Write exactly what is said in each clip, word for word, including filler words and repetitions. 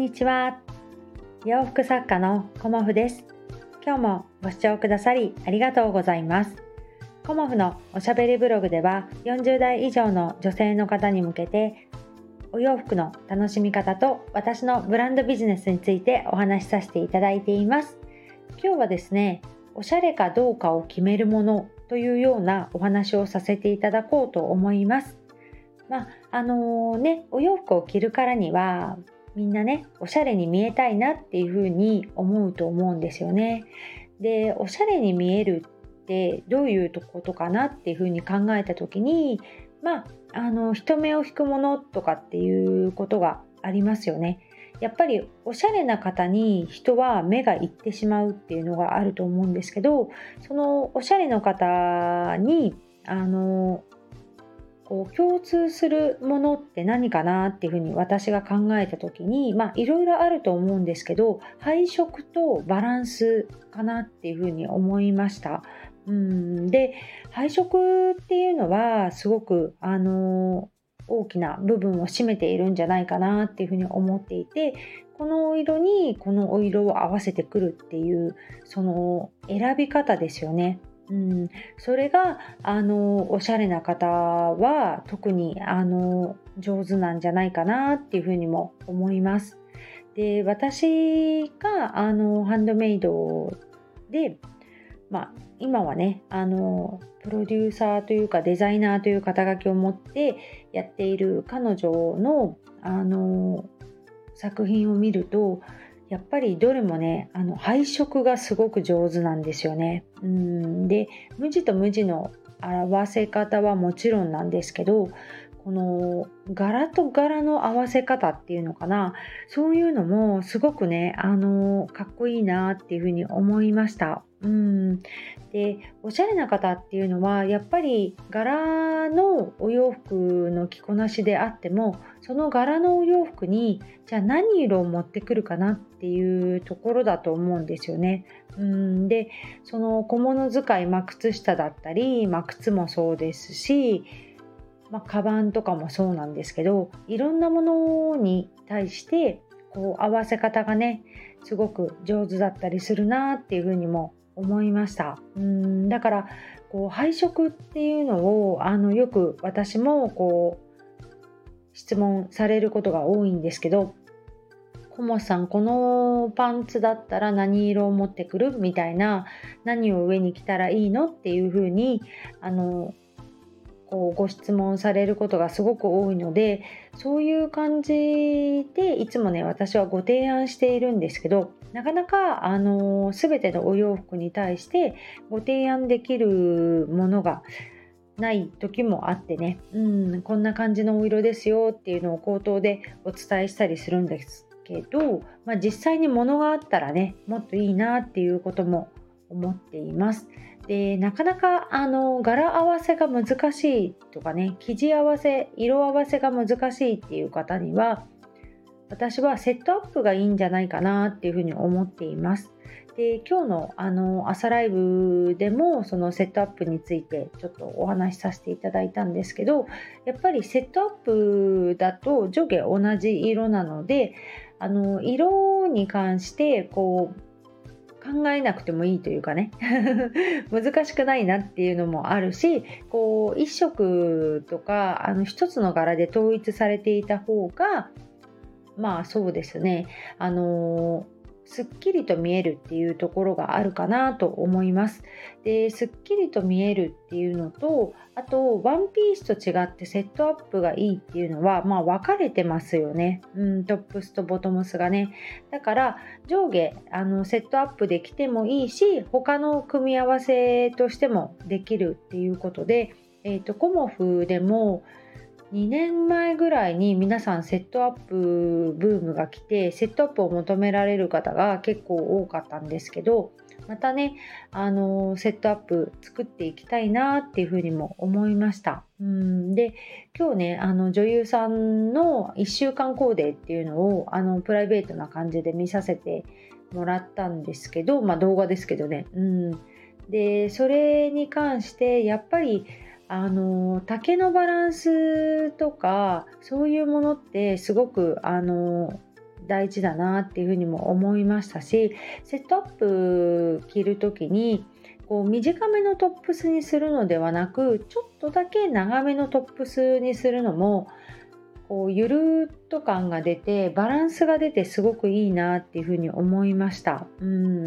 にちは。洋服作家のコモフです。今日もご視聴くださりありがとうございます。コモフのおしゃべりブログではよんじゅう代以上の女性の方に向けてお洋服の楽しみ方と私のブランドビジネスについてお話しさせていただいています。今日はですね、おしゃれかどうかを決めるものというようなお話をさせていただこうと思います。まあ、あのー、ね、お洋服を着るからにはみんなね、おしゃれに見えたいなっていうふうに思うと思うんですよね。で、おしゃれに見えるってどういうとことかなっていうふうに考えた時に、まあ、あの人目を引くものとかっていうことがありますよね。やっぱりおしゃれな方に人は目がいってしまうっていうのがあると思うんですけど、そのおしゃれの方にあのこう共通するものって何かなっていうふうに私が考えた時に、まあいろいろあると思うんですけど、配色とバランスかなっていうふうに思いました。うんで、配色っていうのはすごくあの大きな部分を占めているんじゃないかなっていうふうに思っていて、このお色にこのお色を合わせてくるっていうその選び方ですよね。うん、それがあのおしゃれな方は特にあの上手なんじゃないかなっていうふうにも思います。で、私があのハンドメイドで、まあ、今はねあのプロデューサーというかデザイナーという肩書きを持ってやっている彼女のあの作品を見ると、やっぱりどれもね、あの配色がすごく上手なんですよね。うんで、無地と無地の合わせ方はもちろんなんですけど、この柄と柄の合わせ方っていうのかな、そういうのもすごくね、あのかっこいいなっていうふうに思いました。うんで、おしゃれな方っていうのはやっぱり柄のお洋服の着こなしであっても、その柄のお洋服にじゃあ何色を持ってくるかなっていうところだと思うんですよね。うんで、その小物使い、まあ、靴下だったり、まあ、靴もそうですし、まあ、カバンとかもそうなんですけど、いろんなものに対してこう合わせ方がねすごく上手だったりするなっていうふうにも思いました。うんだからこう配色っていうのをあのよく私もこう質問されることが多いんですけど、コモさんこのパンツだったら何色を持ってくるみたいな、何を上に着たらいいのっていうふうにあのこうご質問されることがすごく多いので、そういう感じでいつもね私はご提案しているんですけど、なかなかあの全てのお洋服に対してご提案できるものがない時もあってね、うん、こんな感じのお色ですよっていうのを口頭でお伝えしたりするんですけど、まあ、実際に物があったらねもっといいなっていうことも思っています。で、なかなかあの柄合わせが難しいとかね、生地合わせ、色合わせが難しいっていう方には、私はセットアップがいいんじゃないかなっていうふうに思っています。で、今日のあの朝ライブでもそのセットアップについてちょっとお話しさせていただいたんですけど、やっぱりセットアップだと上下同じ色なので、あの色に関してこう考えなくてもいいというかね難しくないなっていうのもあるし、こう一色とかあの一つの柄で統一されていた方が、まあそうですね、あのすっきりと見えるっていうところがあるかなと思います。で、すっきりと見えるっていうのと、あとワンピースと違ってセットアップがいいっていうのは、まあ分かれてますよね。うん、トップスとボトムスがね。だから上下あのセットアップできてもいいし、他の組み合わせとしてもできるっていうことで、えーと、コモフでもにねんまえぐらいに皆さんセットアップブームが来て、セットアップを求められる方が結構多かったんですけど、またね、あのセットアップ作っていきたいなっていうふうにも思いました。うんで、今日ね、あの女優さんのいっしゅうかんコーデっていうのをあのプライベートな感じで見させてもらったんですけど、まあ動画ですけどね。うんで、それに関してやっぱりあの丈のバランスとかそういうものってすごくあの大事だなっていうふうにも思いましたし、セットアップ着るときにこう短めのトップスにするのではなく、ちょっとだけ長めのトップスにするのもこうゆるっと感が出てバランスが出てすごくいいなっていうふうに思いました。うん、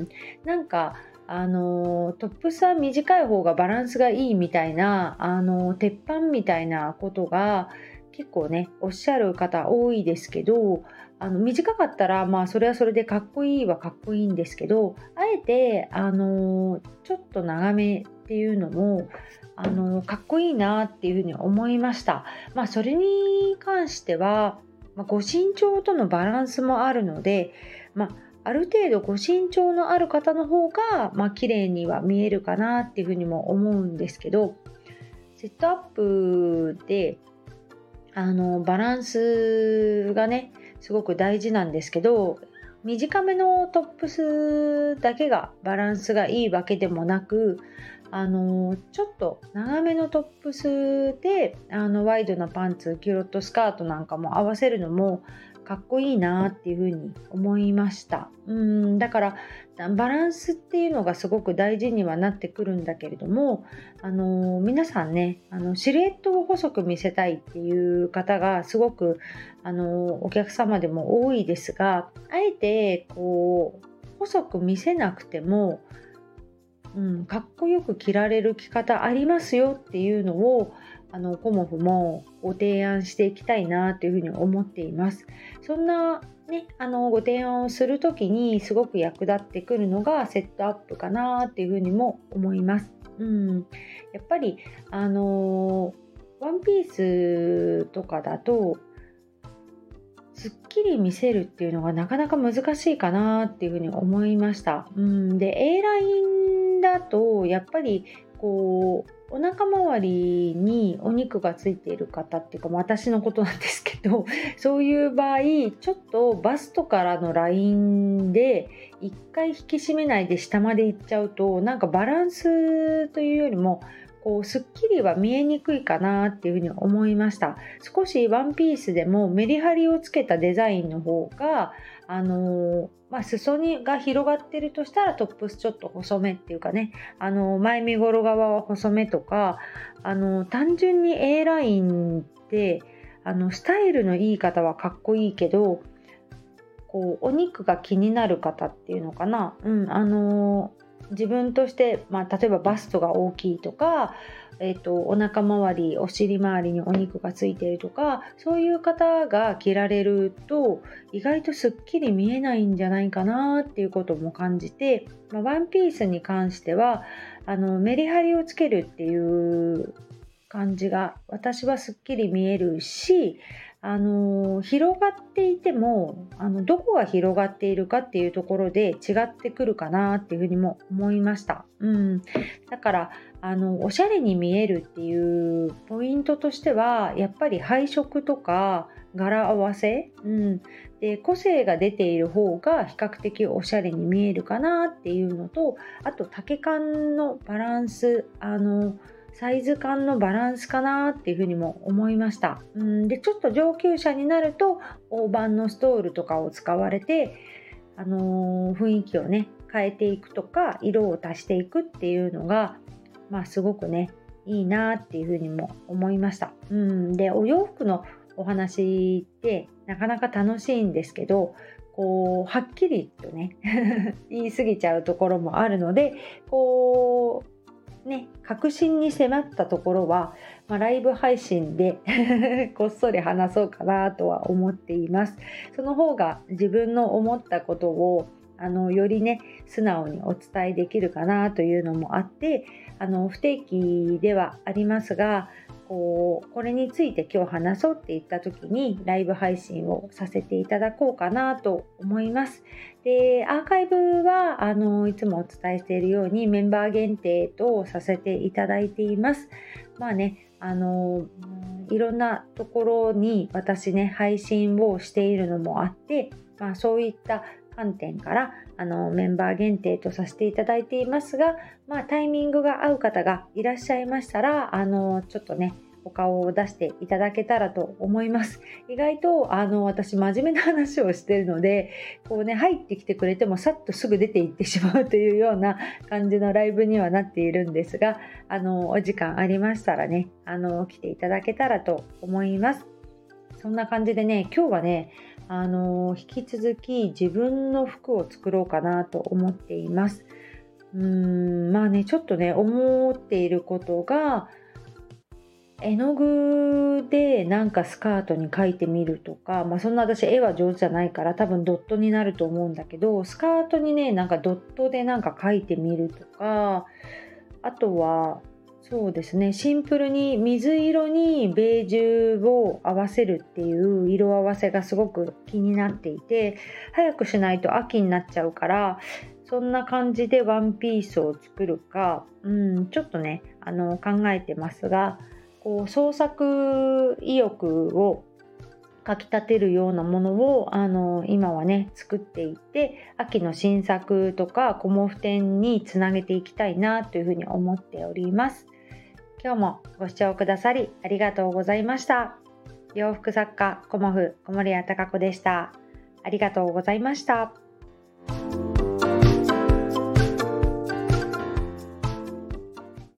なんかあのトップスは短い方がバランスがいいみたいなあの鉄板みたいなことが結構ねおっしゃる方多いですけど、あの短かったらまあそれはそれでかっこいいはかっこいいんですけど、あえてあのちょっと長めっていうのもあのかっこいいなっていうふうに思いました。まあそれに関しては、まあ、ご身長とのバランスもあるので、まあある程度ご身長のある方の方がまあ綺麗には見えるかなっていうふうにも思うんですけど、セットアップであのバランスがねすごく大事なんですけど、短めのトップスだけがバランスがいいわけでもなく、あのちょっと長めのトップスであのワイドなパンツ、キュロットスカートなんかも合わせるのもかっこいいなっていうふうに思いました。うんだからバランスっていうのがすごく大事にはなってくるんだけれども、あの皆さんねあのシルエットを細く見せたいっていう方がすごくあのお客様でも多いですが、あえてこう細く見せなくても、うん、かっこよく着られる着方ありますよっていうのをあのコモフもご提案していきたいなというふうに思っています。そんなね、あのご提案をするときにすごく役立ってくるのがセットアップかなっていうふうにも思います。うん、やっぱりあのワンピースとかだとすっきり見せるっていうのがなかなか難しいかなっていうふうに思いました。うん、で A ラインだとやっぱりこうお腹周りにお肉がついている方っていうか、私のことなんですけど、そういう場合ちょっとバストからのラインで一回引き締めないで下まで行っちゃうと、なんかバランスというよりもこうすっきりは見えにくいかなっていうふうに思いました。少しワンピースでもメリハリをつけたデザインの方があのーまあ、裾にが広がってるとしたらトップスちょっと細めっていうかね、あのー前身頃側は細めとか、あのー単純に A ラインってあのスタイルのいい方はかっこいいけど、こうお肉が気になる方っていうのかな、うんあのー自分として、まあ、例えばバストが大きいとか、えーと、お腹周りお尻周りにお肉がついているとか、そういう方が着られると意外とすっきり見えないんじゃないかなっていうことも感じて、まあ、ワンピースに関してはあのメリハリをつけるっていう感じが私はすっきり見えるし、あの広がっていてもあのどこが広がっているかっていうところで違ってくるかなっていうふうにも思いました。うん、だからあのおしゃれに見えるっていうポイントとしてはやっぱり配色とか柄合わせ、うん、で個性が出ている方が比較的おしゃれに見えるかなっていうのと、あと丈感のバランス、あのサイズ感のバランスかなっていうふうにも思いました。うんでちょっと上級者になると大判のストールとかを使われて、あのー雰囲気をね変えていくとか色を足していくっていうのが、まあ、すごくねいいなっていうふうにも思いました。うんでお洋服のお話ってなかなか楽しいんですけど、こうはっきりとね言い過ぎちゃうところもあるので、こうね、確信に迫ったところは、まあ、ライブ配信でこっそり話そうかなとは思っています。その方が自分の思ったことをあのよりね素直にお伝えできるかなというのもあって、あの不定期ではありますが、こうこれについて今日話そうって言った時にライブ配信をさせていただこうかなと思います。でアーカイブはあのいつもお伝えしているようにメンバー限定とさせていただいています。まあね、あのいろんなところに私ね配信をしているのもあって、まあ、そういった観点からあのメンバー限定とさせていただいていますが、まあ、タイミングが合う方がいらっしゃいましたら、あのちょっとねお顔を出していただけたらと思います。意外とあの私真面目な話をしているので、こうね、入ってきてくれてもさっとすぐ出ていってしまうというような感じのライブにはなっているんですが、あのお時間ありましたらね、あの来ていただけたらと思います。そんな感じでね、今日はね、あの引き続き自分の服を作ろうかなと思っています。うーんまあね、ちょっとね、思っていることが、絵の具でなんかスカートに描いてみるとか、まあそんな私絵は上手じゃないから多分ドットになると思うんだけど、スカートにね、なんかドットでなんか描いてみるとか、あとはそうですね、シンプルに水色にベージュを合わせるっていう色合わせがすごく気になっていて、早くしないと秋になっちゃうから、そんな感じでワンピースを作るか、うん、ちょっとね、あの考えてますが、こう創作意欲をかきたてるようなものをあの今はね作っていって、秋の新作とかコモフ展につなげていきたいなというふうに思っております。今日もご視聴くださりありがとうございました。洋服作家コモフ小森屋貴子でした。ありがとうございました。